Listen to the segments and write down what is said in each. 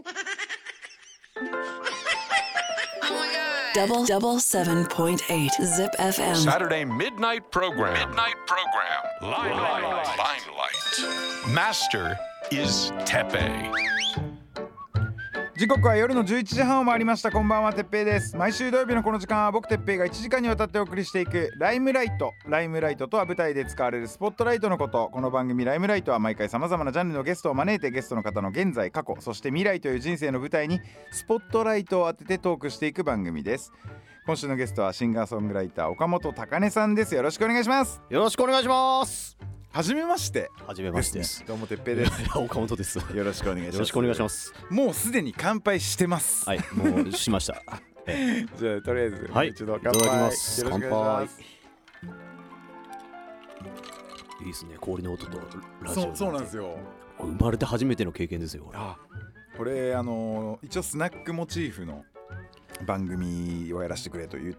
7.8 Zip FM Saturday midnight program. Limelight. Master is Teppei. 時刻は夜の11時半を回りました。こんばんは、てっぺいです。毎週土曜日のこの時間は僕てっぺいが1時間にわたってお送りしていくライムライト。ライムライトとは舞台で使われるスポットライトのこと。この番組ライムライトは毎回様々なジャンルのゲストを招いて、ゲストの方の現在、過去、そして未来という人生の舞台にスポットライトを当ててトークしていく番組です。今週のゲストはシンガーソングライター岡本高音さんです。よろしくお願いします。 よろしくお願いします。 はじめまして。 はじめましてです。 どうもてっぺいです。 岡本です。よよろしくお願いします。 ろしくお願いします。 もうすでに乾杯してます。 はい、もうしました。 じゃあとりあえず、 はい、 一度乾杯。 いただきます。 よろしくお願いします。 いいですね、氷の音とラジオ。 そうなんですよ。 生まれて初めての経験ですよ。 これ一応スナックモチーフの番組をやらせてくれと言って、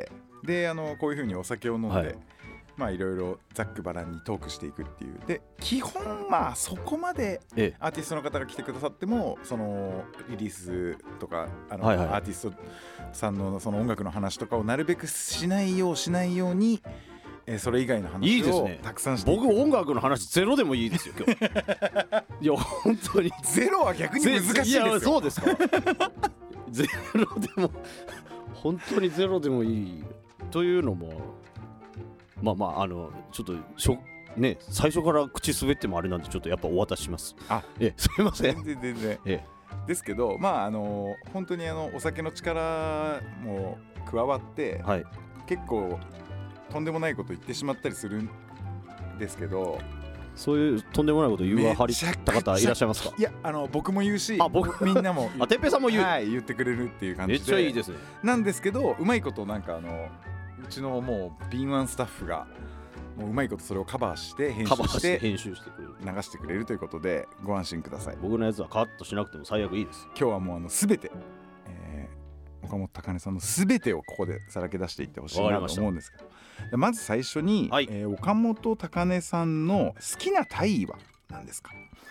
でこういう風にお酒を飲んで、はい、まあいろいろざっくばらんにトークしていくっていう。で基本まあそこまでアーティストの方が来てくださっても、そのリリースとかはいはい、 アーティストさんのその音楽の話とかをなるべくしないように、それ以外の話をたくさんしていく。 僕音楽の話ゼロでもいいですよ今日。いや本当にゼロは逆に難しいですよ。 いやそうですか。ゼロでも本当にゼロでもいいというのもまあちょっとね、最初から口滑ってもあれなんでちょっとやっぱお渡しします。すいません。 全然ですけど、まあ本当にお酒の力も加わって、はい、結構とんでもないこと言ってしまったりするんですけど、 そういうとんでもないこと言わはりた方いらっしゃいますか？ いや僕も言うし、みんなもてっぺいさんも言う、 はい、言ってくれるっていう感じでめっちゃいいですね。 なんですけど、うまいことなんかうちのもう敏腕スタッフがもううまいことそれをカバーして編集してくれる、流してくれるということでご安心ください。 僕のやつはカットしなくても最悪いいです。 今日はもう全て、岡本高音さんの全てをここでさらけ出していってほしいなと思うんですけど、まず最初に、はい、岡本高音さんの好きな体位は何ですか？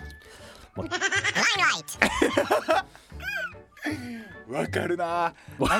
わかるな。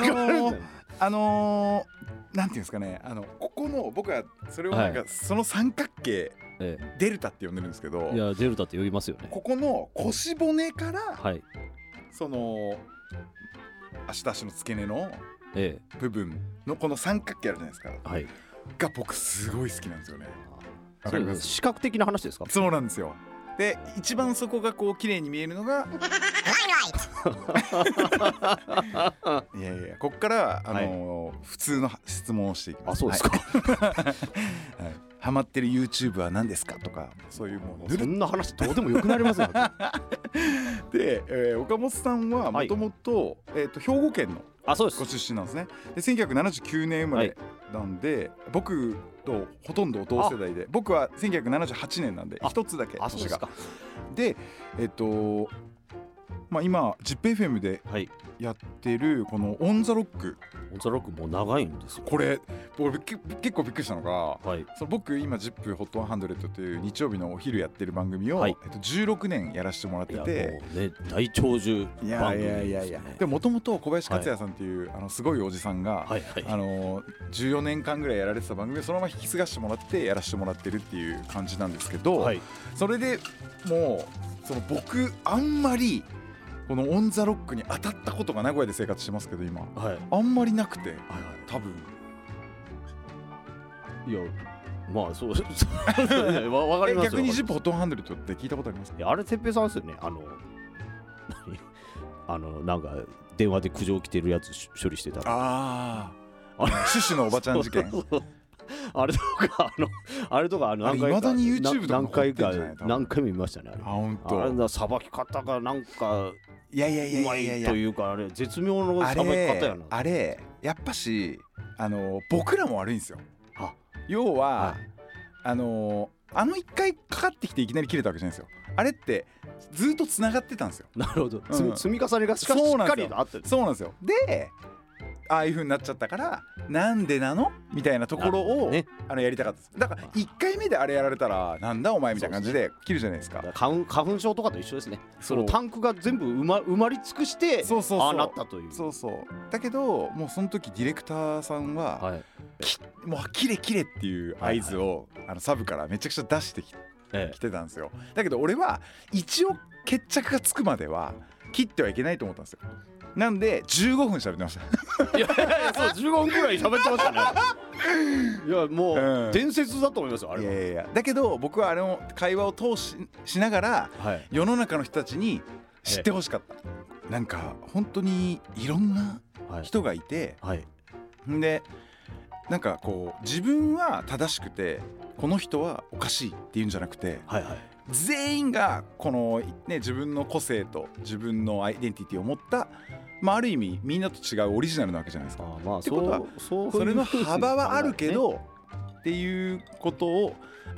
なんていうんですかね、ここの僕はそれをなんか、はい、その三角形、デルタって呼んでるんですけど、 いやデルタって呼びますよね。 ここの腰骨から、 はい、 その足の付け根の部分のこの三角形あるじゃないですか、はい、が僕すごい好きなんですよね。わかります？ 視覚的な話ですか？ そうなんですよ。で一番そこがこう綺麗に見えるのがいやこっから普通の質問をしていきます。 そうですか。 ハマってる YouTube は何ですかとか、そういうもの。 そんな話どうでもよくなりますよ。 で、岡本さんはもともと兵庫県のご出身なんですね。で1979年生まれなんで、僕とほとんど同世代で、僕は1978年なんで一つだけ年が。でまあ、今 ZIPFM でやってるこのオンザロックもう長いんですよ。 これ僕結構びっくりしたのが、 はい、 その僕今 ZIPHOT100 という日曜日のお昼やってる番組を、はい、16年やらせてもらってて、 いやもう、ね、大長寿番組ですね。 でもともと小林克也さんっていう、すごいおじさんが、はいはい、14年間ぐらいやられてた番組をそのまま引き継がしてもらってやらせてもらってるっていう感じなんですけど、はい、それでもうその僕あんまりこのオンザロックに当たったことが名古屋で生活してますけど今、はい、あんまりなくて、はいはい、多分いやまあそうわかりますよ。 逆にZIPHOT100って聞いたことありますか？ いやあれてっぺいさんですよね。なんか電話で苦情来てるやつ処理してた。 シュシュのおばちゃん事件。 あれとか何回か何回も見ましたね。 本当。 あれださばき方がなんかうまいというか、あれ絶妙のさばき方やな。 あれやっぱし僕らも悪いんですよ。要は、はい、一回かかってきていきなり切れたわけじゃないですよ。あれってずっとつながってたんですよ。 なるほど、積み重ねがしっかりあってる。 そうなんですよ。でああいう風になっちゃったからなんでなのみたいなところを、 ね、 やりたかったです。だから1回目であれやられたらなんだお前みたいな感じで切るじゃないですか。 花粉症とかと一緒ですね。そのタンクが全部埋まり尽くしてああなったという。 そうそう。だけどもうその時ディレクターさんは、 はい、 もうキレキレっていう合図を、サブからめちゃくちゃ出してきてたんですよ。だけど俺は一応決着がつくまでは切ってはいけないと思ったんですよ。なんで15分喋ってましたいやそう15分くらい喋ってましたねいやもう、伝説だと思いますよあれは。 いやだけど僕はあれの会話を通しながら、世の中の人たちに知ってほしかった、なんか本当にいろんな人がいて、でなんかこう自分は正しくてこの人はおかしいっていうんじゃなくて、全員がこの、ね、自分の個性と自分のアイデンティティを持った、ある意味みんなと違うオリジナルなわけじゃないですか。ってことはそれの幅はあるけど、っていうことを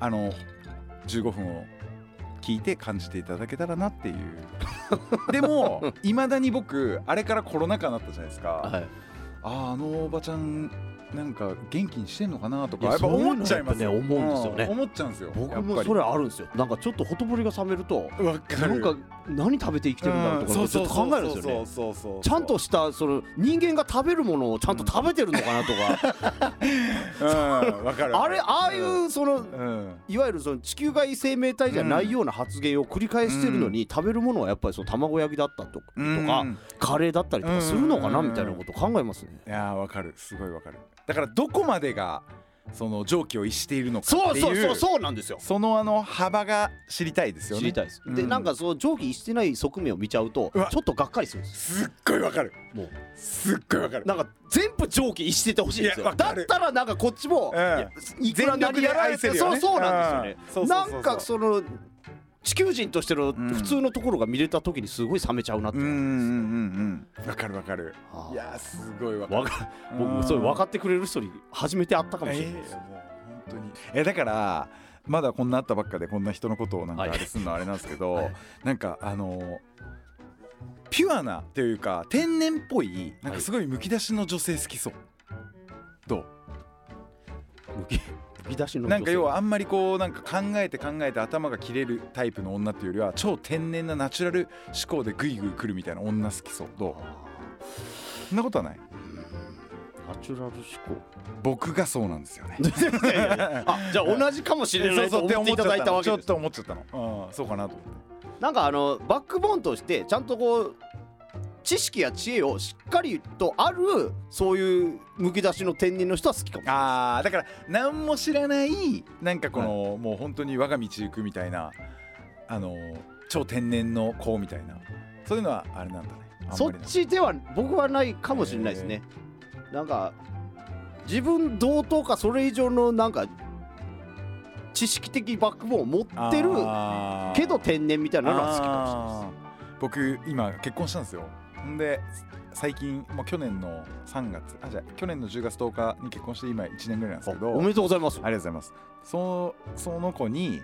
15分を聞いて感じていただけたらなっていうでもいまだに僕あれからコロナ禍になったじゃないですか、あのおばちゃんなんか元気にしてんのかなとかやっぱ思っちゃいますよ。 思うんですよね。 思っちゃうんですよ。 僕もそれあるんですよ。なんかちょっとほとぼりが冷めるとなんか何食べて生きてるんだろうとかちょっと考えるんですよね。ちゃんとしたその人間が食べるものをちゃんと食べてるのかなとかああいうそのいわゆるその地球外生命体じゃないような発言を繰り返してるのに、食べるものはやっぱりその卵焼きだったとかカレーだったりとかするのかなみたいなこと考えますね。 いやわかる、すごいわかる。だからどこまでがその常軌を逸しているのかっていう、 そうなんですよ。 その幅が知りたいですよね。 知りたいです。でなんかその常軌逸してない側面を見ちゃうとちょっとがっかりするんです。 すっごいわかる。 もうすっごいわかる。 なんか全部常軌逸しててほしいんですよ。だったらなんかこっちもいくら何やられてそうなんですよね。なんかその地球人としての普通のところが見れた時にすごい冷めちゃうなって。 わかるわかる。いやすごいわかる。 僕それ分かってくれる人に初めて会ったかもしれないです。 もう本当にだからまだこんなあったばっかでこんな人のことをなんかあれすんのあれなんですけど、なんかピュアなというか天然っぽいなんかすごいむき出しの女性好きそう。どう？なんか要はあんまりこうなんか考えて頭が切れるタイプの女っていうよりは超天然なナチュラル思考でグイグイ来るみたいな女好きそう。どう？そんなことはない？ ナチュラル思考。 僕がそうなんですよねあ、じゃあ同じかもしれないと思っていただいたわけです。 ちょっと思っちゃったの。そうかなと思って。 なんかバックボーンとしてちゃんとこう知識や知恵をしっかりとあるそういうむき出しの天然の人は好きかも。 だから何も知らないなんかこの、もう本当に我が道行くみたいな超天然の子みたいな、そういうのはあれなんだね。 そっちでは僕はないかもしれないですね。なんか自分同等かそれ以上のなんか知識的バックボーンを持ってるけど天然みたいなのは好きかもしれないです。 僕今結婚したんですよ。で最近もう去年の3月去年の10月10日に結婚して今1年ぐらいなんですけど。 おめでとうございます。 ありがとうございます。その子に、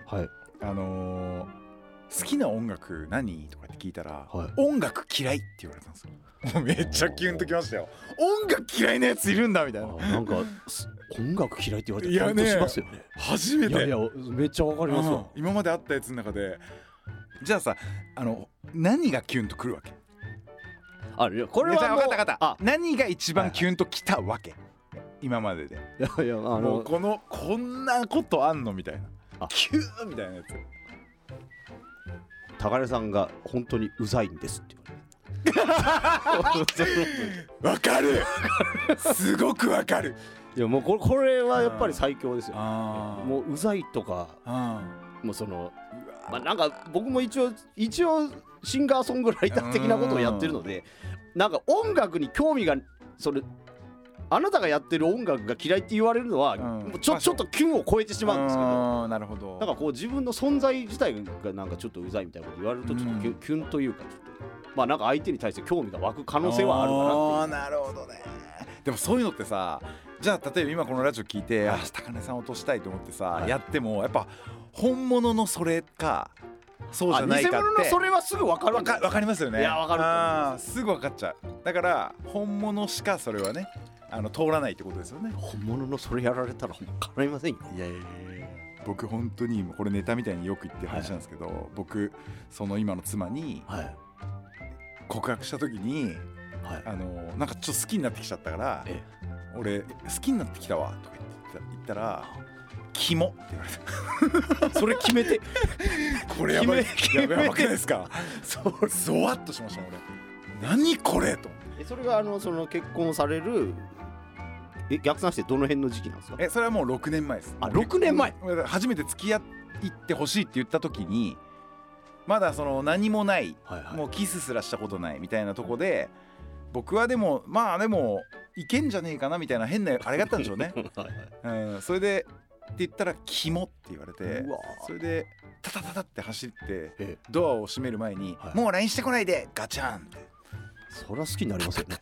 好きな音楽何とかって聞いたら、音楽嫌いって言われたんですよ。もうめっちゃキュンときましたよ。音楽嫌いなやついるんだみたいな。 なんか音楽嫌いって言われてキュンとしますよね。 初めて。 いやめっちゃわかりますよ。 今まであったやつの中でじゃあさ何がキュンとくるわけ？ これはもう分かった何が一番キュンときたわけ？今までで。もうこんなことあんのみたいな。キューみたいなやつ。 高根さんが本当にうざいんですって言われて。わかる。すごくわかる。 いやもうこれはやっぱり最強ですよ。もううざいとかもうそのなんか僕も一応シンガーソングライター的なことをやってるので、なんか音楽に興味がそれあなたがやってる音楽が嫌いって言われるのは、ちょっとキュンを超えてしまうんですけど、 なるほど。 なんかこう自分の存在自体がなんかちょっとうざいみたいなこと言われるとちょっとキュンというかちょっとなんか相手に対して興味が湧く可能性はあるかなって。 なるほどね。でもそういうのってさ、じゃあ例えば今このラジオ聞いて高根さんを落としたいと思ってさ、やってもやっぱ本物のそれかそうじゃないかって偽物のそれはすぐ分かるわかりますよね。 いや分かると思います。 すぐ分かっちゃう。だから本物しかそれはね通らないってことですよね。 本物のそれやられたらもう叶いませんよ。 いや僕本当にこれネタみたいによく言ってる話なんですけど、僕その今の妻に告白した時に、なんかちょっと好きになってきちゃったから、俺好きになってきたわとか言ったらキモって言われた。 それ決めてこれやばいやばくないですか。ゾワッとしました俺。何これと。 それがその結婚される逆算してどの辺の時期なんですか。 それはもう6年前です。 6年前。 初めて付き合ってほしいって言った時にまだその何もない、もうキスすらしたことないみたいなとこで、僕はでもいけんじゃねえかなみたいな変なあれがあったんでしょうね。それでって言ったらキモって言われて、それでタタタタって走ってドアを閉める前に、もう LINE してこないでガチャンって。 そりゃ好きになりますよね。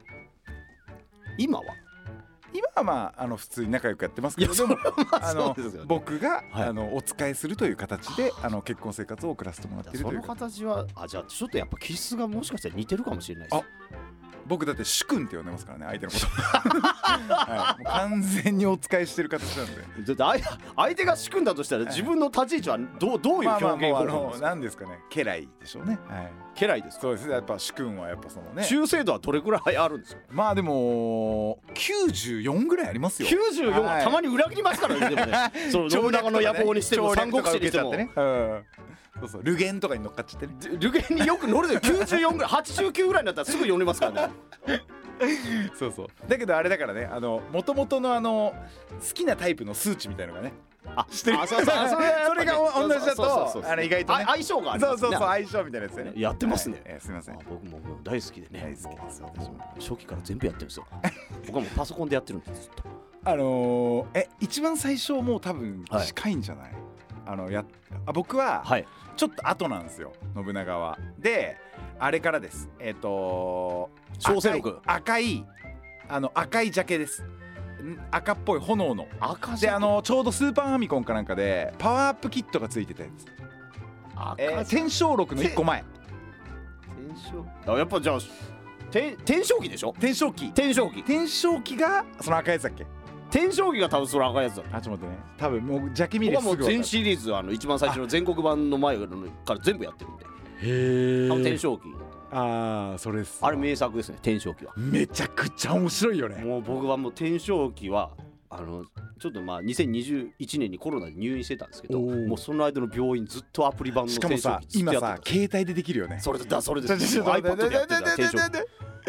今は普通に仲良くやってますけど、でも僕がお仕えするという形で結婚生活を送らせてもらっているという。 その形はじゃあちょっとやっぱ気質がもしかしたら似てるかもしれないです。 僕だって主君って呼んでますからね、相手のこと。もう完全にお仕えしてる形なんで。 相手が主君だとしたら自分の立ち位置はどういう表現なんですかね、家来でしょうね。 家来ですか。 そうです。やっぱ主君はやっぱそのね、 忠誠度はどれくらいあるんですか。 でも94ぐらいありますよ。 94はたまに裏切りますからね。でもね、その信長の野望にしても三国志にしてもそうルゲンとかに乗っかっちゃってね。 ルゲンによく乗るで94ぐらい89ぐらいになったらすぐ読めますからね。 そうだけどあれだからね、もともとの好きなタイプの数値みたいのがねしてる。それが同じだと意外とね相性がありますね。 相性みたいなやつね。 やってますね。 すみません。 僕も大好きでね。 大好きです。 初期から全部やってるんですよ。僕はもうパソコンでやってるんですずっと。一番最初もう多分近いんじゃない？僕はちょっと後なんですよ、信長は。であれからです。 小生録赤いジャケです。赤っぽい炎の赤で、ちょうどスーパーファミコンかなんかでパワーアップキットがついてたやつ。天正録の1個前。 やっぱじゃあ天正期でしょ。天正期がその赤いやつだっけ。 天正期が多分その赤いやつだ。 ちょっと待ってね、多分もうジャケ見ればすぐ分かる。 全シリーズ一番最初の全国版の前から全部やってるんで。多分天正期。 それです。 あれ名作ですね、天正期は。 めちゃくちゃ面白いよね。 もう僕はもう天正期はちょっと2021年にコロナで入院してたんですけど、もうその間の病院ずっとアプリ版の天正期ずっとやってた。 しかもさ、今さ携帯でできるよね。 それです。iPad でやってた天正期。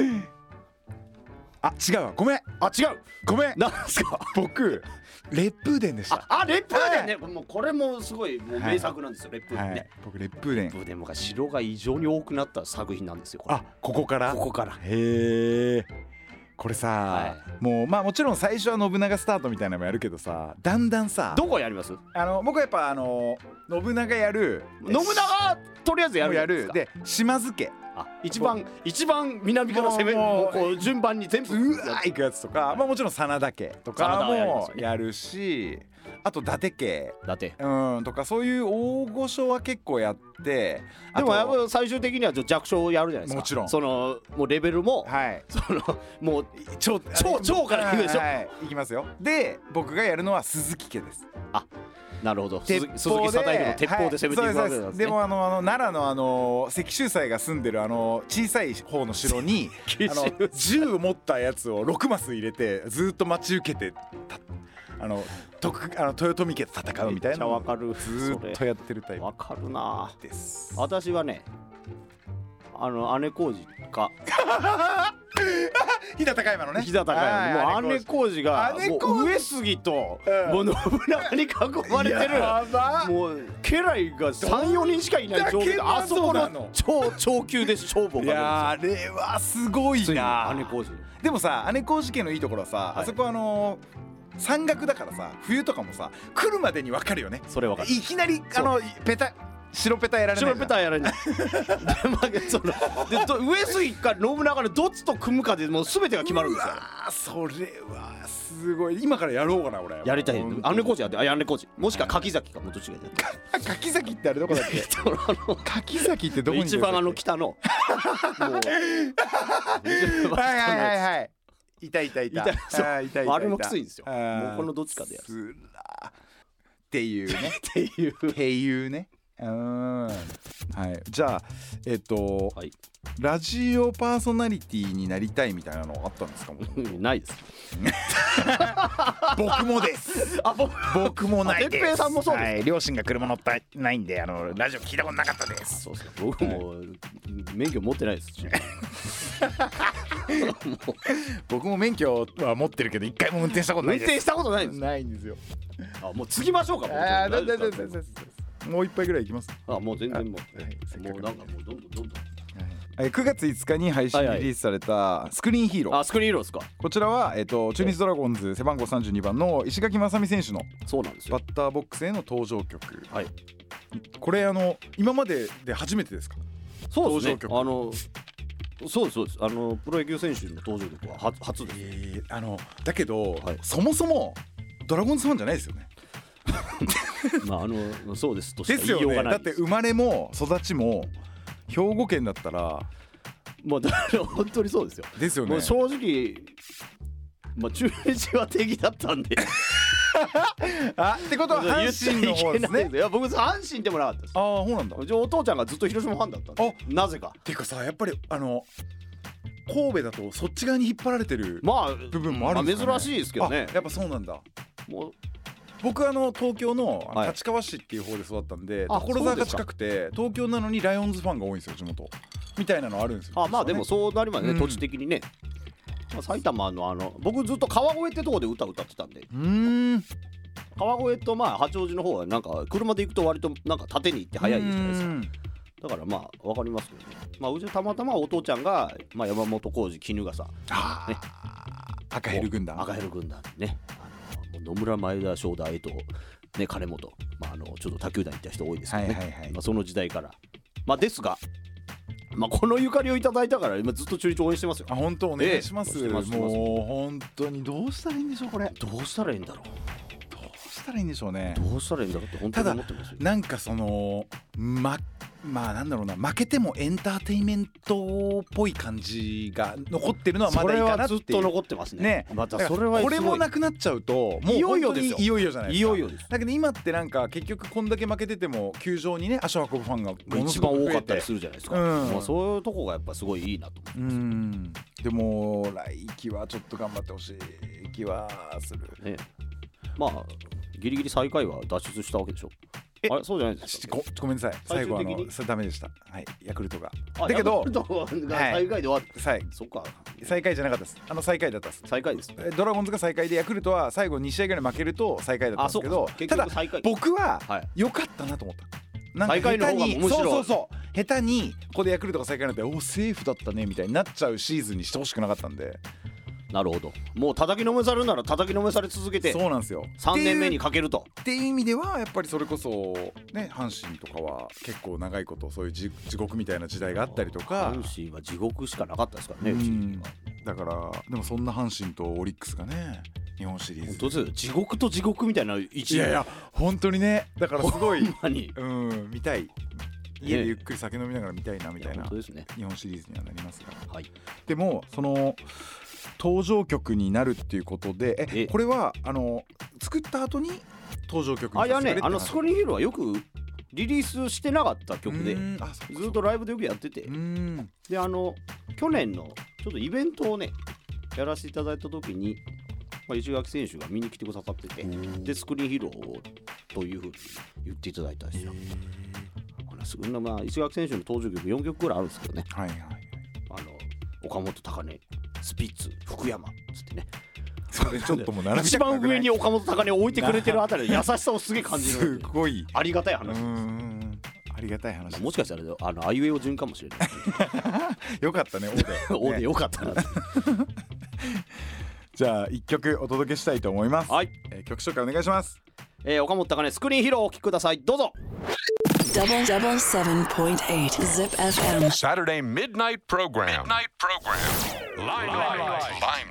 違うわ、ごめん。 違うごめん。なんですか。 僕烈風伝でした。 烈風伝ね。もうこれもすごいもう名作なんですよ、烈風伝ね。 僕烈風伝が城が異常に多くなった作品なんですよ。 ここからへえ。これさ、もうもちろん最初は信長スタートみたいなのもやるけどさ、だんだんさ、 どこやります？ 僕はやっぱ信長やる、 信長とりあえずやるで島津家、 一番南から攻めこう順番に全部行くやつとか、もちろん真田家とかもやるし、あと伊達家とか、そういう大御所は結構やって。 でもやっぱ最終的には弱小をやるじゃないですか。 もちろんそのもうレベルももう超からいくでしょ。 いきますよ。で僕がやるのは鈴木家です。 なるほど。鈴木定家の鉄砲で攻めていくわけなんですね。 でも奈良の関秀才が住んでる小さい方の城に銃を持ったやつを6マス入れてずっと待ち受けて豊臣家と戦うみたいなのをずっとやってるタイプ。 わかるなです。 私はね姉小路か飛騨高山のね。 飛騨高山。もう姉小路がもう上杉ともう信長に囲まれてる。もう家来が 3,4 人しかいない状況で、あそこの超級で勝負をかけるんですよ。いやあれはすごいな。 姉小路でもさ、姉小路家のいいところはさ、あそこ山岳だからさ、冬とかもさ来るまでに分かるよね。 それ分かる。 いきなりペタ白ペタやられない。 白ペタやられないで、まあ、上杉か信長のどっちと組むかでもう全てが決まるんですよ。 それはすごい。今からやろうかな俺。 やりたい。姉小路やって、姉小路もしくは柿崎か、もうどっちがいい柿崎ってあれどこだっけ？柿崎ってどこに一番北のもうはいいたそうああれもきついんですよ。もうこのどっちかでやるっていうねっていうね。はい。じゃあはい、 ラジオパーソナリティになりたいみたいなのあったんですか？もないです。 僕もです。僕もないです。 哲平さんもそうです。 はい、両親が車乗ってないんでラジオ聞いたことなかったです。 そうですか。僕も免許持ってないですし僕も免許は持ってるけど一回も運転したことないです。 運転したことないんです。 ないんですよ。 もう継ぎましょうか。 もう一杯ぐらいいきます。 もう全然もうもうなんかもうどんどん 9月5日に配信リリースされたスクリーンヒーロー。 スクリーンヒーローですか。 こちらは中日ドラゴンズ背番号32番の石垣雅美選手のそうなんですよ。 バッターボックスへの登場曲。 はい。 これ今までで初めてですか？ そうですね。 登場曲。 そうですプロ野球選手の登場曲は初です。 だけど、 はい、 そもそもドラゴンズファンじゃないですよね。 まあそうですとしか言いようがない。 だって生まれも育ちも兵庫県だったらもうだから本当にそうですよ。 ですよね。 もう正直中日は敵だったんでってことは阪神の方ですね。 いや僕阪神でもなかったです。 そうなんだ。 お父ちゃんがずっと広島ファンだったんで。なぜか。 ていうかさ、やっぱり神戸だとそっち側に引っ張られてる部分もあるんですかね。 珍しいですけどね。 やっぱそうなんだ。 もう僕東京の立川市っていう方で育ったんで、所沢が近くて東京なのにライオンズファンが多いんですよ、地元みたいなのあるんですよ。 まあでもそうなりますね、土地的にね。埼玉の僕ずっと川越ってとこで歌ってたんで。川越と八王子の方はなんか車で行くと割となんか縦に行って早いじゃないですか。だから分かりますけどね。うちたまたまお父ちゃんが山本浩二衣笠ね、 赤ヘル軍団ね、野村前田正田江藤ね、金本、ちょっと他球団行った人多いですけどね。その時代からですが、このゆかりをいただいたから今ずっと中日応援してますよ。 本当お願いします。もう本当にどうしたらいいんでしょうこれ。 どうしたらいいんだろう。 どうしたらいいんでしょうね。 どうしたらいいんだろうって本当に思ってますよ。 なんかなんだろうな、負けてもエンターテインメントっぽい感じが残ってるのはまだいいかなっていう。 それはずっと残ってますね。またそれはこれもなくなっちゃうともういよいよですよ。 いよいよじゃないですか。 いよいよです。 だけど今ってなんか結局こんだけ負けてても球場にね足を運ぶファンが一番多かったりするじゃないですか。そういうとこがやっぱすごいいいなと思います。 でも来季はちょっと頑張ってほしい気はするね。 ギリギリ最下位は脱出したわけでしょ。あれそうじゃないですか。 ごめんなさい。最後それダメでした。はい、ヤクルトが。 だけど最下位で終わった。そっか。 最下位じゃなかったです。最下位だったです。 最下位です。 ドラゴンズが最下位でヤクルトは最後2試合ぐらい負けると最下位だったんですけど、ただ僕は良かったなと思った。 最下位の方がむしろそう下手にここでヤクルトが最下位になってセーフだったねみたいになっちゃうシーズンにしてほしくなかったんで。 なるほど。もう叩きのめされるなら叩きのめされ続けて、 そうなんですよ。 3年目にかけるとっていう意味ではやっぱりそれこそね、阪神とかは結構長いことそういう地獄みたいな時代があったりとか。 阪神は地獄しかなかったですからね。 だからでもそんな阪神とオリックスがね日本シリーズ。 本当ですよ。地獄と地獄みたいな位置。 いや本当にね。だからすごい見たい。家でゆっくり酒飲みながら見たいなみたいな日本シリーズにはなりますが。でもその登場曲になるっていうことで、これは作った後に登場曲にさせてくれって話。 いやね、スクリーンヒーローはよくリリースしてなかった曲で、ずっとライブでよくやってて、で去年のちょっとイベントをねやらせていただいた時に、石垣選手が見に来てくださってて、でスクリーンヒーローというふうに言っていただいたんですよ。石垣選手の登場曲4曲ぐらいあるんですけどね。岡本高根、スピッツ、福山つってね。 それちょっともう並び一番上に岡本高根を置いてくれてるあたりで優しさをすげえ感じる。 すごいありがたい話です。 ありがたい話。 もしかしたらあいうえお順かもしれない。 よかったね。 おでよかったな。 じゃあ1曲お届けしたいと思います。 はい。 曲紹介お願いします。 岡本高根スクリーンヒーローをお聴きください。どうぞ。 7.8 Zip FM. Saturday midnight program. Limelight.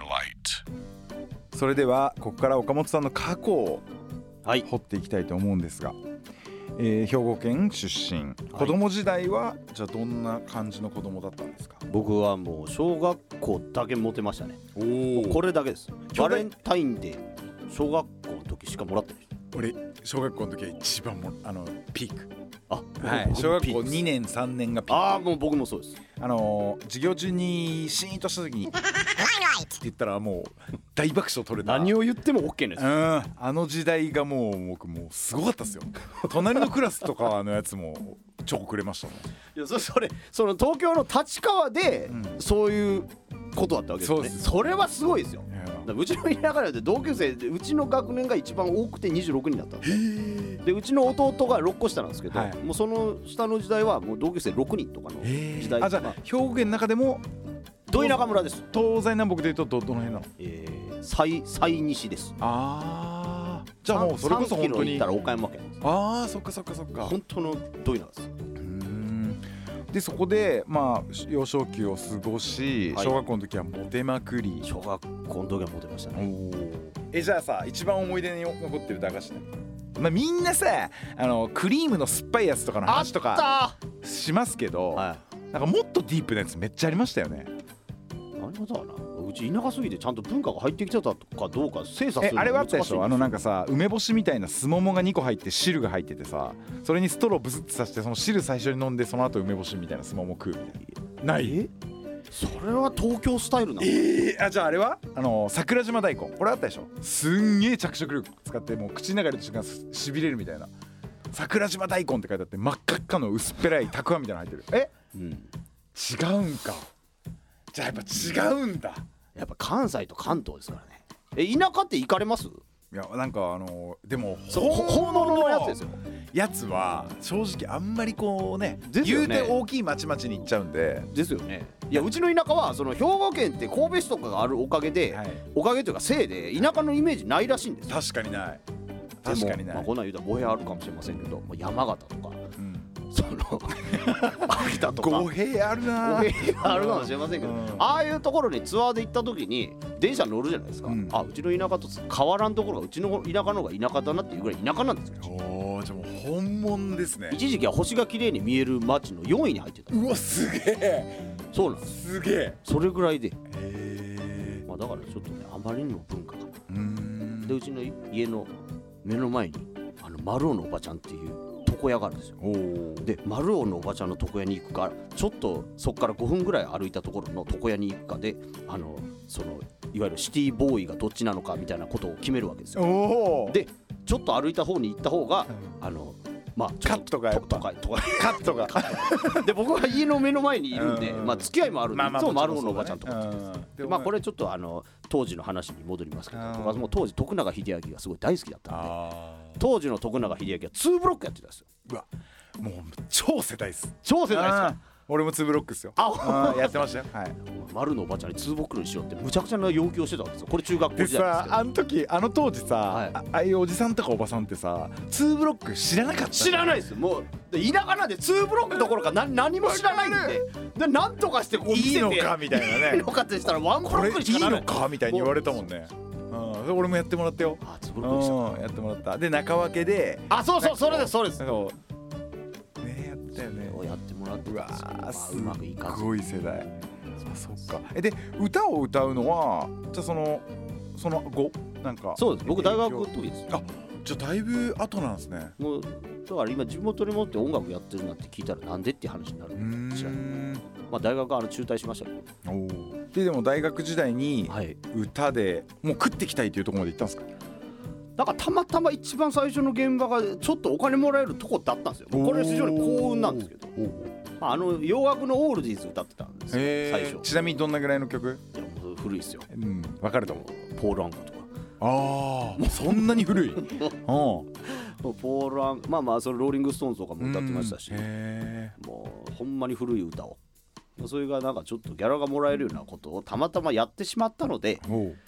それではここから岡本さんの過去をはい掘っていきたいと思うんですが、兵庫県出身、子供時代はじゃあどんな感じの子供だったんですか？ 僕はもう小学校だけモテましたね。 おもうこれだけです。 兄弟バレンタインデー小学校の時しかもらってない。 俺小学校の時は一番もピーク。 あ、 はい、小学校2 年。 年3年がピーク。 ああ、もう僕もそうです。 授業中にシーンとした時にって言ったらもう大爆笑取れた。 何を言っても OK です。 あの時代がもう僕もうすごかったですよ。隣のクラスとかのやつもチョコくれましたね。 いやその東京の立川で、そういうことだったわけですよね。 そうですそれはすごいですよ。 いやだからうちの田舎なんて同級生でうちの学年が一番多くて26人だったんですよ。でうちの弟が6個下なんですけど、 はいもうその下の時代はもう同級生6人とかの時代。 あ、じゃあ兵庫県の中でもど田舎村です。 東西南北でいうとどの辺なの？ 最西です。 ああ、じゃあもうそれこそ 3キ本当にロ行ったら岡山県です。 ああ、そっかそっかそっか。 本当のど田舎です。 でそこでまあ幼少期を過ごし、 はい小学校の時はモテまくり。 小学校の時はモテましたね。 じゃあさ、一番思い出に残ってる駄菓子ね。まあ、みんなさクリームの酸っぱいやつとかの話とかしますけど、 はなんかもっとディープなやつめっちゃありましたよね。 い。何だろうな。うち田舎すぎてちゃんと文化が入ってきちゃったかどうか精査するのあれはあったでしょ？ 難いなんかさ、梅干しみたいなすももが2個入って汁が入っててさ、それにストローブスってさしてその汁最初に飲んでその後梅干しみたいなすもも食うみたいな。ない？ それは東京スタイルなの？ じゃああれは桜島大根、これあったでしょ？すんげえ着色料使ってもう口の中でしびれるみたいな桜島大根って書いてあって、真っ赤っかの薄っぺらいたくあんみたいなの入ってる。違うんか。じゃあやっぱ違うんだ。 やっぱ関西と関東ですからね。田舎って行かれます？ いやなんかでも本物のやつですよ。 やつは正直あんまりこうね、 ですよね言うて大きい町々に行っちゃうんで。 ですよね。いやうちの田舎はその兵庫県って神戸市とかがあるおかげで、 はい、 おかげというかせいで田舎のイメージないらしいんですよ。 確かにない。 でも確かにない。 まあ、こんなん言うたら語弊あるかもしれませんけど、もう山形とかうん、 その秋田とか語弊あるな。 語弊があるかもしれませんけど、 うんああいうところにツアーで行った時に電車乗るじゃないですか、あうちの田舎と変わらんところがうちの田舎の方が田舎だなっていうぐらい田舎なんですよ。 おー、じゃあもう本物ですね。 一時期は星が綺麗に見える街の4位に入ってた。 うわ、すげえ。 そうなんです。 すげえ。 それぐらいで、 へまあ、だからちょっとねあまりにも文化がえ。 でうちの家の目の前に丸尾のおばちゃんっていう床屋があるんですよ。で丸尾のおばちゃんの床屋に行くかちょっとそこから5分ぐらい歩いたところの床屋に行くかでそのいわゆるシティボーイがどっちなのかみたいなことを決めるわけですよ。 おー。 でちょっと歩いた方に行った方が、まあカットがやっぱカットがで僕は家の目の前にいるんで、まあ付き合いもあるんで、いつも丸尾のおばちゃんとか、でまあこれちょっと当時の話に戻りますけど、僕はもう当時徳永英明がすごい大好きだったんで、当時の徳永英明は2ブロックやってたんですよ。 うわ、もう超世代っす。 超世代ですか？ 俺も2ブロックっすよ。やってましたよ。はい。 丸のおばちゃんに2ブロックにしようってむちゃくちゃな要求をしてたわけですよ。これ中学校で時代ですけど。 さ、当時さ、ああいうおじさんとかおばさんってさ、2ブロック知らなかった。 知らないです。もう田舎なんで2ブロックどころか何も知らないんで、なんとかしてこう見せていいのかみたいなね。 いいのかってしたら1ブこれロックにしかいないらないのかみたいに言われたもんね。俺もやってもらったよ。 2ブロックでした。 やってもらった。で中分けで。 そうそれですそうです。 そうね、やったよね。 やってもらってうわうまくいかず。 すごい世代。そっか。で歌を歌うのはじゃあその後なんか。 そうです。僕大学の時です。 じゃあだいぶ後なんですね。 もうだから今地元に持って音楽やってるなんて聞いたらなんでっていう話になるんで知らない。まあ大学は中退しましたけど。 でも大学時代に歌でもう食ってきたいというところまで行ったんですか？ だからたまたま一番最初の現場がちょっとお金もらえるとこだったんですよ。これ非常に幸運なんですけど、洋楽のオールディーズ歌ってたんですよ最初。 ちなみにどんなぐらいの曲？ いやもう古いですよ。 分かると思う。 ポール・アンガーとか。 もうそんなに古い。 ポール・アンまあそれローリング・ストーンズとかも歌ってましたし、もうほんまに古い歌を、それがなんかちょっとギャラがもらえるようなことをたまたまやってしまったので、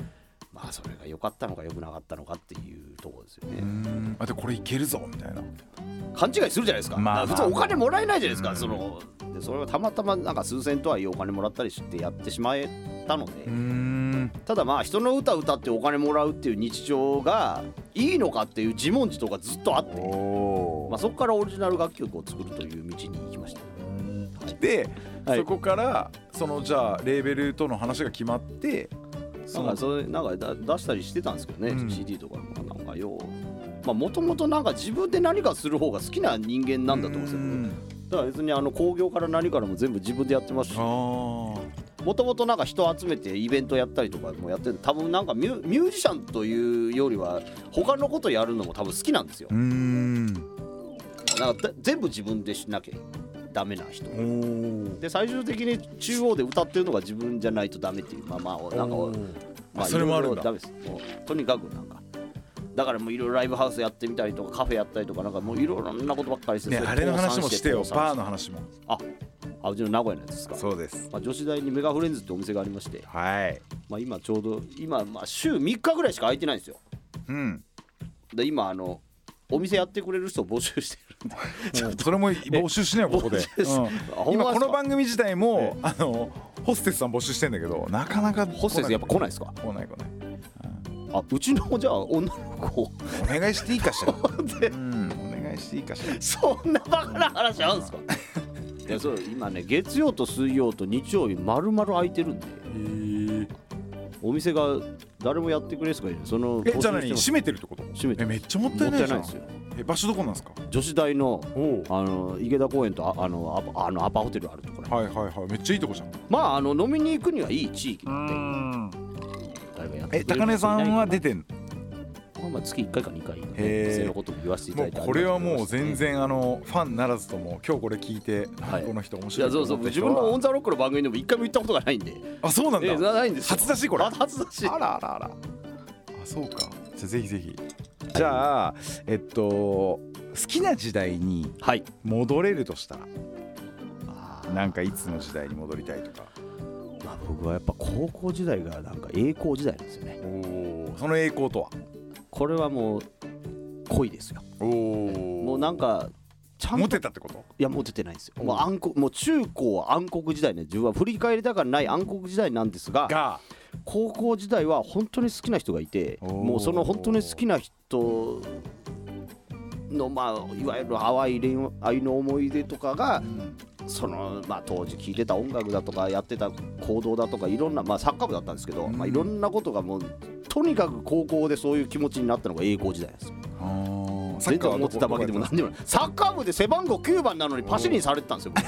まあそれが良かったのか良くなかったのかっていうところですよね。 でこれいけるぞみたいな勘違いするじゃないですか、 まあ普通お金もらえないじゃないですか、でそれがたまたまなんか数千とはいえお金もらったりしてやってしまえたので、ただまあ人の歌歌ってお金もらうっていう日常がいいのかっていう自問自答がずっとあって、まあ、そこからオリジナル楽曲を作るという道に行きました。 で、 はい、 そこからじゃあレーベルとの話が決まってなんかそれなんか出したりしてたんですけどね、CD とかもなんかもともとなんか自分で何かする方が好きな人間なんだと思うんですよ。だから別に興行から何からも全部自分でやってますし、もともとなんか人集めてイベントやったりとかもやってる、多分なんかミュージシャンというよりは他のことやるのも多分好きなんですよ。なんか全部自分でしなきゃダメな人で、最終的に中央で歌ってるのが自分じゃないとダメっていう、なんかそれもあるんだ。 ダメです。もうとにかくなんかだからもういろいろライブハウスやってみたりとかカフェやったりとかなんかもういろいろなことばっかりして、 あれの話もしてよ、バーの話も。 うちの名古屋のやつですか。 そうです。 女子大にメガフレンズってお店がありまして、 はい。 今ちょうど週3日ぐらいしか空いてないんですよ。で今お店やってくれる人を募集してるんでそれも募集しないよここで。今この番組自体もホステスさん募集してんだけど、なかなかホステスやっぱ来ないですか。 来ない。 うちのじゃあ女の子お願いしていいかしら。お願いしていいかしら。 そんなバカな話あるんですか。いやそう今ね、月曜と水曜と日曜日丸々空いてるんで、お店が誰もやってくれですかね。 じゃあ何閉めてるってこと？ 閉めてる。 めっちゃもったいないじゃん。 ですよ。 場所どこなんですか？ 女子大の池田公園とアパホテルあるところ。 めっちゃいいとこじゃん。 まあ飲みに行くにはいい地域なんで。 高根さんは出てんの？ 月1回か2回店のことも言わせていただいて、 これはもう全然ファンならずとも今日これ聞いて、この人面白い。 そう自分のオンザロックの番組でも1回も言ったことがないんで。 そうなんだ。 ないんです。 初出しこれ。 初出し。 あら。そうか。じゃあぜひぜひ。じゃあ好きな時代に戻れるとしたら、なんかいつの時代に戻りたいとか。 僕はやっぱ高校時代がなんか栄光時代なんですよね。 その栄光とは？ これはもう恋ですよ。もうなんかちゃんとモテたってこと？ いやモテてないんですよ。もう中高は暗黒時代ね。自分は振り返りたからない暗黒時代なんですが、高校時代は本当に好きな人がいて、もうその本当に好きな人のいわゆる淡い恋愛の思い出とかが、当時聴いてた音楽だとかやってた行動だとかいろんなサッカー部だったんですけど、いろんなことがもうとにかく高校でそういう気持ちになったのが栄光時代です。全然思ってたわけでも何でもない。サッカー部で背番号9番なのにパシリにされてたんですよ。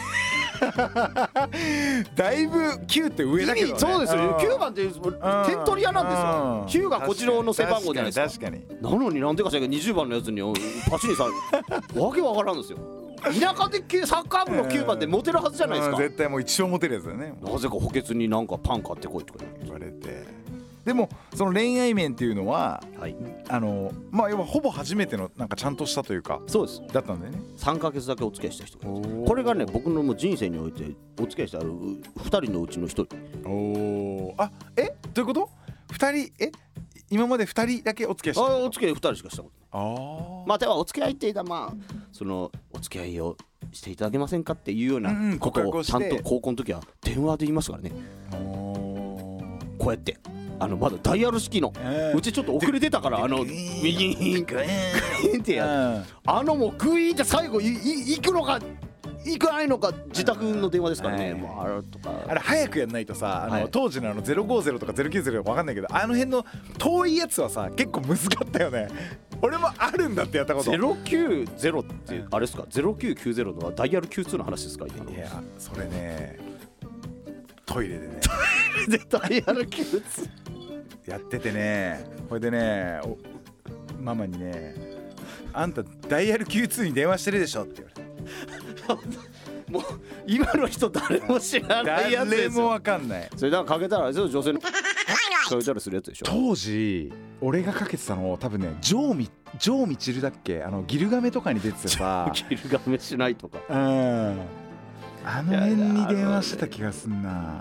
だいぶ9って上だけどね。 そうですよ。9番って点取り屋なんですよ。9がこちらの背番号じゃないですか。なのになんでかしら20番のやつにパシリされわけわからんですよ。田舎でサッカー部の9番ってモテるはずじゃないですか。 絶対もう一生モテるやつだよね。 なぜか補欠になんかパン買ってこいとか言われて。でもその恋愛面っていうのは、要はほぼ初めてのなんかちゃんとしたというか、 そうですだったんだよね。 3ヶ月だけお付き合いした人がいて、これがね僕のもう人生においてお付き合いした2人のうちの1人。 どういうこと？2人今まで2人だけお付き合いした？ お付き合い2人しかしたことない。ではお付き合いって言ったらそのお付き合いをしていただけませんかっていうようなことをちゃんと高校の時は電話で言いましたからね。こうやってまだダイヤル式の、うちちょっと遅れてたから右にグイーンってやる、もうグイーンって最後行くのか行かないのか自宅の電話ですからね。もうあれ早くやんないとさ、当時の050とか090とか分かんないけど、あの辺の遠いやつはさ結構難かったよね。俺もあるんだってやったこと。 090ってあれですか？ 0990 のはダイヤル Q2 の話ですか？ いやそれね、トイレでねダイヤル Q2 やっててね、これでねママにね、あんたダイヤル Q2 に電話してるでしょって言われてもう今の人誰も知らないやつですよ。 誰もわかんない。 それだからかけたら女性のかけたらするやつでしょ。 当時俺がかけてたの多分ね、ジョーミチルだっけ、ギルガメとかに出ててさギルガメしないとか、 あの辺に電話してた気がすんな。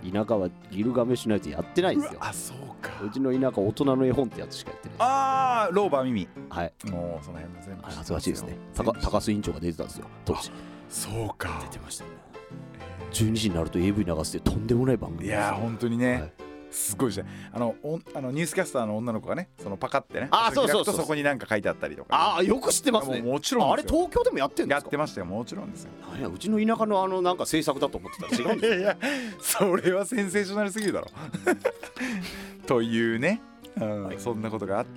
田舎はギルガメッシュのやつやってないんですよ。 あ、そうか。 うちの田舎大人の絵本ってやつしかやってない。 あー、ローバーミミ。 はい。 もうその辺も全部恥ずかしいですね。高須委員長が出てたんですよ当時。 そうか。 出てましたね。12時になると AV 流すってとんでもない番組です。 いや本当にね、 はい、 すごいじゃん。ニュースキャスターの女の子がね、そのパカってね、 そう開くとそこに何か書いてあったりとか、 よく知ってますね。 もちろん。 あれ東京でもやってんですか？ やってましたよ、もちろんですよ。 いや、うちの田舎のなんか制作だと思ってたら違うんですよ。 いやそれはセンセーショナルすぎるだろというね、はい、そんなことがあった、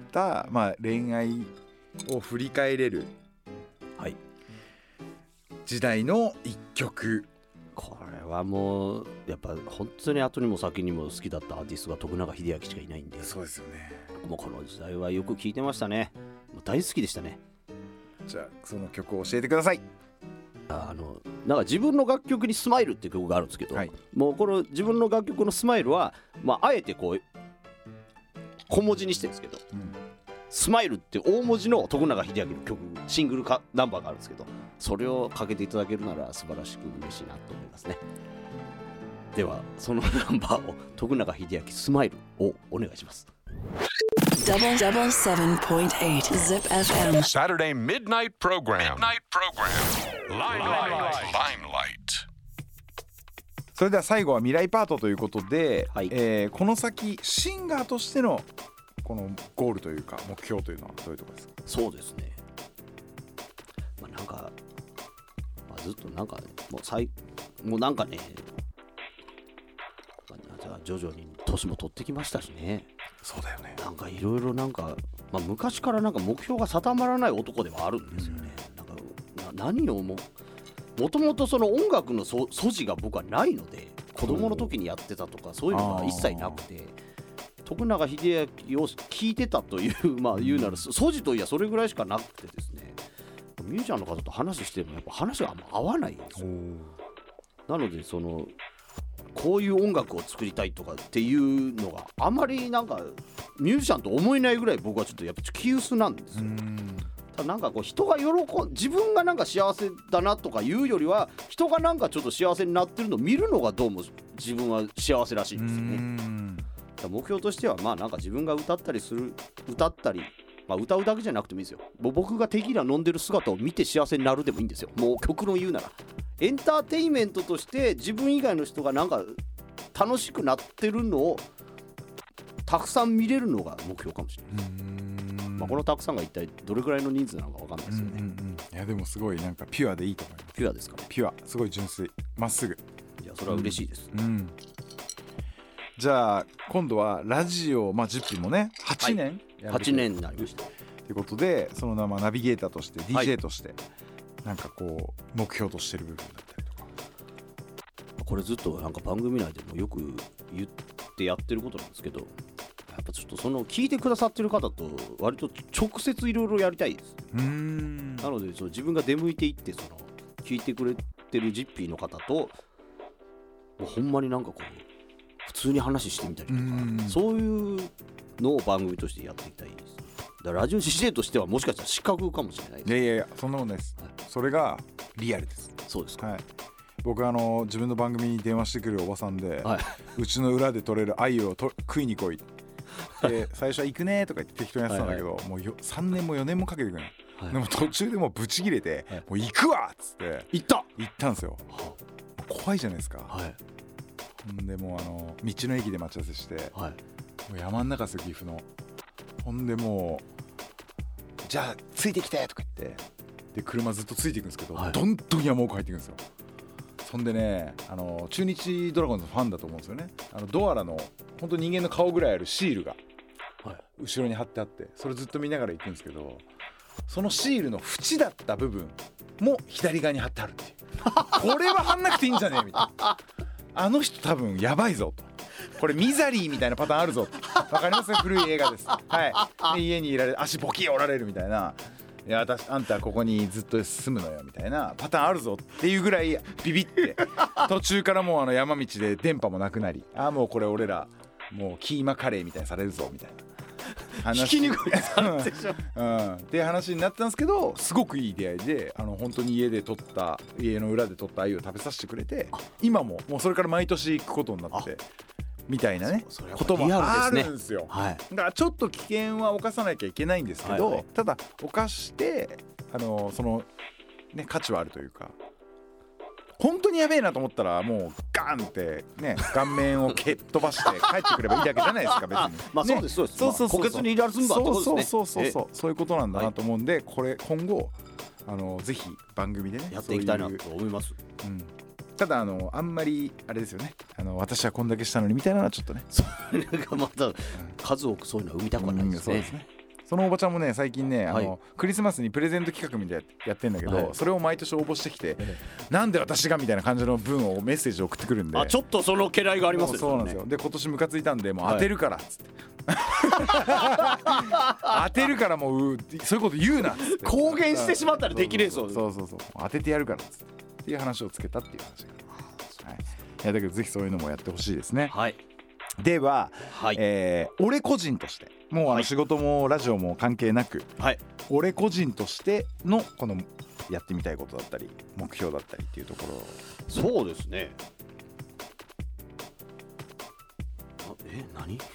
まあ、恋愛を振り返れる、はい、時代の一曲。 これはもうやっぱ本当に後にも先にも好きだったアーティストが徳永英明しかいないんで。 そうですよね。 もうこの時代はよく聴いてましたね。もう大好きでしたね。 じゃあその曲を教えてください。 なんか自分の楽曲にスマイルっていう曲があるんですけど、はい、もうこの自分の楽曲のスマイルは、あえてこう小文字にしてるんですけど、スマイルって大文字の徳永英明の曲シングルナンバーがあるんですけど、それをかけていただけるなら素晴らしく嬉しいなと思いますね。ではそのナンバーを徳永英明スマイルをお願いします。 7.8 Zip FM Saturday Midnight Program Limelight それでは最後は未来パートということで、 はい、 この先シンガーとしてのこのゴールというか目標というのはどういうところですか？ そうですね、なんか、ずっとなんかもうなんかね、徐々に年も取ってきましたしね。 そうだよね。 なんかいろいろなんか、昔からなんか目標が定まらない男ではあるんですよね。なんか何をもともとその音楽の素地が僕はないので、子供の時にやってたとかそういうのが一切なくて、徳永英明を聴いてたという、言うなら素地といやそれぐらいしかなくてですね、ミュージシャンの方と話してもやっぱ話があんま合わないんですよ。なのでこういう音楽を作りたいとかっていうのがあまりなんかミュージシャンと思えないぐらい僕はちょっとやっぱ気薄なんですよ。ただなんかこう人が自分がなんか幸せだなとかいうよりは、人がなんかちょっと幸せになってるのを見るのがどうも自分は幸せらしいんですよね。目標としてはなんか自分が歌ったり、歌うだけじゃなくてもいいですよ。もう僕がテキーラ飲んでる姿を見て幸せになるでもいいんですよ。もう極論言うならエンターテインメントとして自分以外の人がなんか楽しくなってるのをたくさん見れるのが目標かもしれないです。このたくさんが一体どれくらいの人数なのか分かんないですよね。 いやでもすごいなんかピュアでいいと思います。 ピュアですかね。 ピュア、すごい純粋、まっすぐ。 いやそれは嬉しいです。 じゃあ今度はラジオ、10分もね8年、 8年になりましたということで、そのナビゲーターとして DJ として、なんかこう目標としてる部分だったりとか。 これずっとなんか番組内でもよく言ってやってることなんですけど、やっぱちょっとその聞いてくださってる方と割と直接いろいろやりたいです。なので自分が出向いていって聞いてくれてるジッピーの方ともうほんまになんかこう普通に話してみたりとか、そういうのを番組としてやっていきたいです。だからラジオ CJ としてはもしかしたら失格かもしれないです。 いやそんなもんないです、それがリアルです。 そうですか。 僕自分の番組に電話してくるおばさんで、うちの裏で取れる鮎を食いに来いで最初は行くねとか言って適当にやってたんだけど、もう3年も4年もかけてくる、でも途中でもうブチ切れて、もう行くわっつって行ったんですよ。怖いじゃないですか。でもう道の駅で待ち合わせして、もう山ん中ですよ、岐阜の。ほんでもうじゃあついてきてとか言って、で車ずっとついていくんですけど、どんどん山奥入っていくんですよ。そんでね、中日ドラゴンズのファンだと思うんですよね。ドアラの本当人間の顔ぐらいあるシールが後ろに貼ってあって、それずっと見ながら行くんですけど、そのシールの縁だった部分も左側に貼ってあるっていうこれは貼んなくていいんじゃねえみたいな。あの人多分やばいぞと、これミザリーみたいなパターンあるぞと。わかりますね、古い映画です。で家にいられる、足ボキ折られるみたいな、いやあんたここにずっと住むのよみたいなパターンあるぞっていうぐらいビビって途中からもう山道で電波もなくなり、もうこれ俺らもうキーマカレーみたいにされるぞみたいな話ひき肉にされてしまうっていう話になったんですけど、すごくいい出会いで本当に家の裏で取った鮎を食べさせてくれて、今もうそれから毎年行くことになってみたいなねこともあるんですよ。だからちょっと危険は冒さなきゃいけないんですけど、ただ冒してそのね価値はあるというか、本当にやべえなと思ったらもうガーンってね顔面を蹴っ飛ばして帰ってくればいいだけじゃないですか別に。 まあそうですそうです。そう骨にいらずんばってことですね。 そういうことなんだなと思うんで、これ今後ぜひ番組でねやっていきたいなと思います。 ただあんまりあれですよね、私はこんだけしたのにみたいなのはちょっとね、 なんかまた数多くそういうのは生みたくはないですね。 そのおばちゃんもね最近ねクリスマスにプレゼント企画みたいなやってんだけど、それを毎年応募してきて、なんで私がみたいな感じの文をメッセージを送ってくるんで、 ちょっとその嫌いがありますよね。 そうなんですよ。で今年ムカついたんでもう当てるからっつって、当てるからもうそういうこと言うなっつって公言してしまったらできねえぞ。 そう当ててやるからっつっていう話をつけたっていう話が、いやだけどぜひそういうのもやってほしいですね。では、俺個人としてもう仕事もラジオも関係なく、俺個人としてのこのやってみたいことだったり目標だったりっていうところ。 そうですね。何？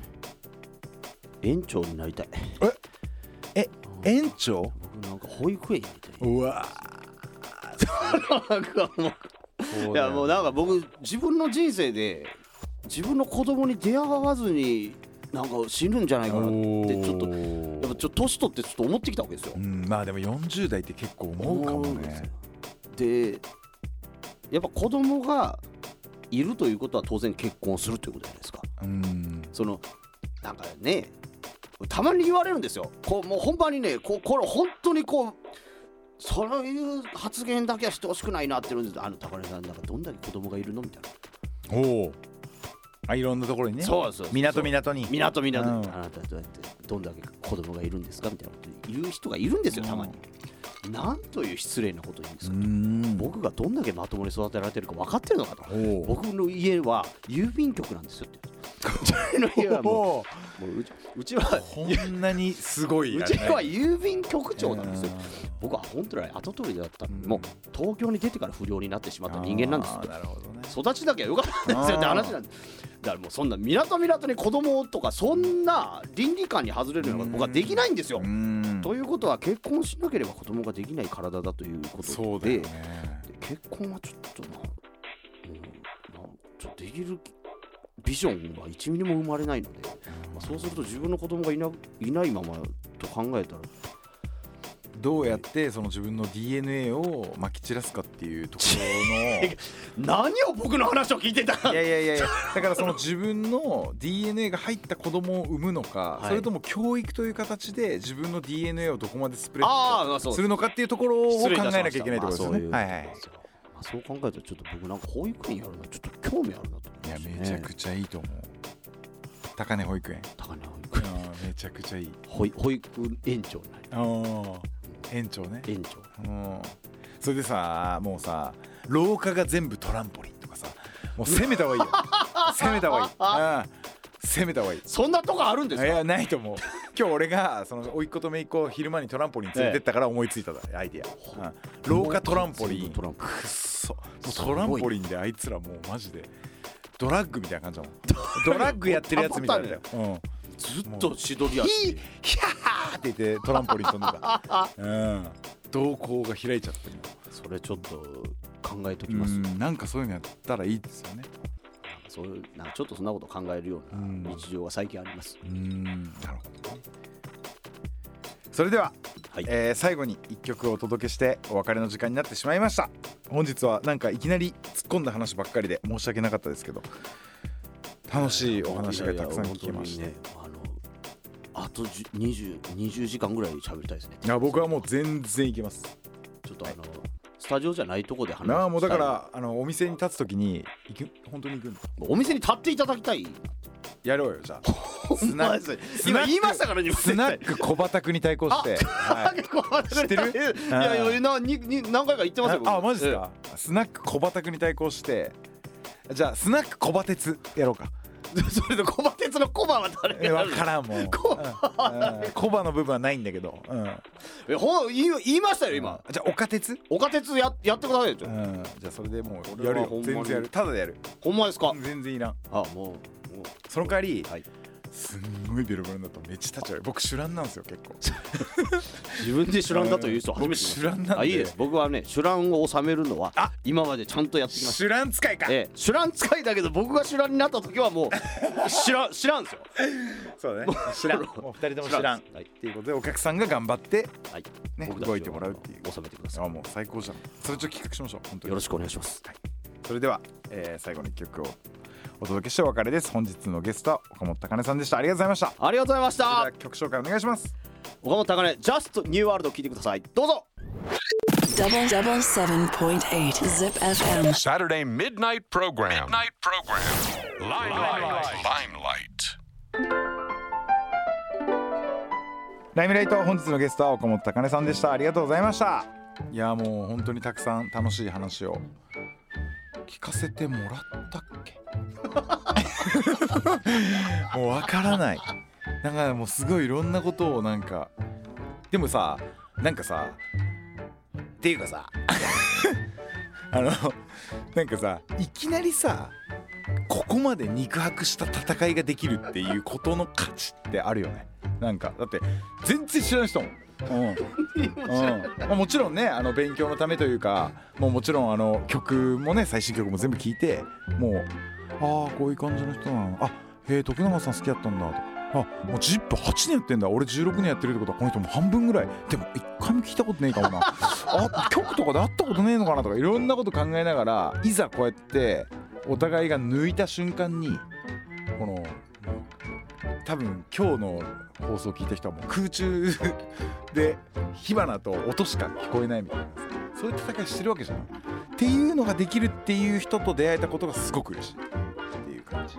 園長になりたい。 園長？ 僕なんか保育園になりたい。 うわなんかもういやもうなんか僕自分の人生で自分の子供に出会わずになんか死ぬんじゃないかなってちょっとやっぱちょっと年取ってちょっと思ってきたわけですよ。 まあでも40代って結構思うかもね。 でやっぱ子供がいるということは当然結婚するということじゃないですか。そのなんかねたまに言われるんですよ。もう本番にねこれ本当にそういう発言だけはしてほしくないなって言うんです。高根さんなんかどんだけ子供がいるのみたいな。 いろんなところにね。 そうそう。 港に。 あなたどうやってどんだけ子供がいるんですかみたいなこと言う人がいるんですよたまに。なんという失礼なこと言うんですかと。僕がどんだけまともに育てられてるか分かってるのかと。僕の家は郵便局なんですよって。うちの家はもううちはこんなにすごい、 うちは郵便局長なんですよ。僕は本当に後取りだったもう東京に出てから不良になってしまった人間なんですよ。 なるほどね。 育ちだけはよかったんですよって話なんです。だからもうそんな港に子供とかそんな倫理観に外れるのが僕はできないんですよ。ということは結婚しなければ子供ができない体だということで、結婚はちょっとちょっとできるビジョンが1ミリも生まれないので、そうすると自分の子供がいないままと考えたらどうやってその自分の DNA をまき散らすかっていうところの何を僕の話を聞いてた。 いやだからその自分の DNA が入った子供を産むのか、それとも教育という形で自分の DNA をどこまでスプレッドするのかっていうところを考えなきゃいけないところですね。 そう考えたらちょっと僕なんか保育園やるのちょっと興味あるなと思いますね。 めちゃくちゃいいと思う。高根保育園。めちゃくちゃいい。 保育園長になり。 園長ね。 園長。 それでさもうさ廊下が全部トランポリンとかさ、もう攻めた方がいいよ。攻めた方がいい。攻めた方がいい。 そんなとこあるんですか？ いやないと思う。今日俺がその甥っ子と姪っ子を昼間にトランポリン連れてったから思いついたアイデア。廊下トランポリン。くっそ。もうトランポリンであいつらもうマジでドラッグみたいな感じだもん。ドラッグやってるやつみたいだよ。 ずっとしどり足。 ヒャーって言ってトランポリン飛んでた。瞳孔が開いちゃって。 それちょっと考えときます。 なんかそういうのやったらいいですよね。 そういうちょっとそんなこと考えるような日常が最近あります。 なるほど。それでは、最後に1曲をお届けしてお別れの時間になってしまいました。本日はなんかいきなり突っ込んだ話ばっかりで申し訳なかったですけど、楽しいお話がたくさん聞きました。 あと20時間ぐらい喋りたいですね。 いや僕はもう全然いけます。 ちょっとスタジオじゃないとこで話したい。 もうだからお店に立つときに本当に行くんだ。 お店に立っていただきたい。 やろうよじゃあ。 今言いましたからね。 スナック小畑に対抗して。知ってる？ いや何回か言ってますよ。 マジですか？スナック小畑に対抗して、じゃあスナック小バ鉄やろうか。 それでコバ鉄のコバは誰がやるの？ 分からんもん。コバの部分はないんだけど、 言いましたよ今。 じゃあ岡鉄、 岡鉄やってくださいよ。 じゃあそれでもうやるよ。全然やる。ただでやる。 ほんまですか？ 全然いらん。 もうその代わり、 はい、 すんごいベロベロになったらめっちゃ立ち悪い。僕シュランなんですよ結構。 自分でシュランだという人初めて。 シュランなんで。 いいです。僕はねシュランを収めるのは今までちゃんとやってきました。 シュラン使いか。 シュラン使いだけど僕がシュランになった時はもう知らんですよ。 そうだね。知らん。もう二人とも知らん。っていうことでお客さんが頑張ってね動いてもらうっていう。 収めてください。 もう最高じゃん。それちょっと企画しましょう。本当によろしくお願いします。 それでは最後の一曲をお届けしてお別れです。本日のゲストは岡本高音さんでした。ありがとうございました。 ありがとうございました。 それでは曲紹介お願いします。 岡本高音 Just New World を聴いてください。どうぞ。 7.8 Zip FM. Saturday midnight program. Limelight. ライムライト、本日のゲストは岡本高音さんでした。ありがとうございました。いやもう本当にたくさん楽しい話を聞かせてもらったっけもうわからない。なんかもうすごいいろんなことをなんか、でもさ、なんかさっていうかさなんかさ、いきなりさここまで肉薄した戦いができるっていうことの価値ってあるよね。なんかだって全然知らない人ももちろんね勉強のためというか、もちろん曲もね、最新曲も全部聴いて、もうこういう感じの人なの、徳永さん好きだったんだと、もうZIP 8年やってんだ、俺16年やってるってことはこの人も半分ぐらい、でも一回も聞いたことねえかもな曲とかで会ったことねえのかなとか、いろんなこと考えながら、いざこうやってお互いが抜いた瞬間に、この多分今日の放送を聞いた人はもう空中で火花と音しか聞こえないみたいな、そういう戦いしてるわけじゃんっていうのができるっていう人と出会えたことがすごく嬉しいっていう感じ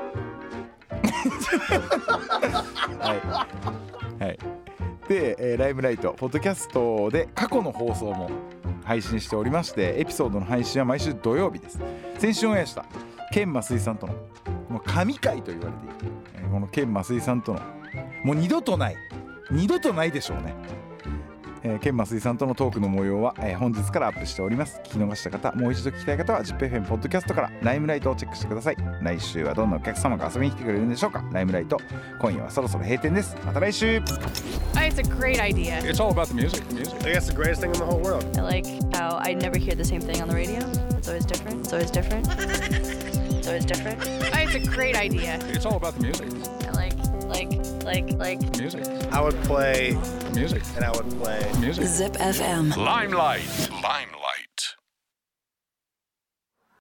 はいで、ライムライトポッドキャストで過去の放送も配信しておりまして、エピソードの配信は毎週土曜日です。先週オンエアしたケンマスイさんとのもう神回と言われている、このケンマスイさんとのもう二度とないでしょうね、ケンマスイさんとのトークの模様は、本日からアップしております。聞き逃した方、もう一度聞きたい方は ZIPFM ポッドキャストからライムライトをチェックしてください。来週はどんなお客様が遊びに来てくれるんでしょうか。ライムライト、今夜はそろそろ閉店です。また来週。 It's a great idea. It's all about the music. I guess the greatest thing in the whole world. I like how I never hear the same thing on the radio. It's always different. It's always different. It's always different. It's a great idea. It's all about the music. I like Music. I would play Music. and I would play Music. Zip FM. Limelight.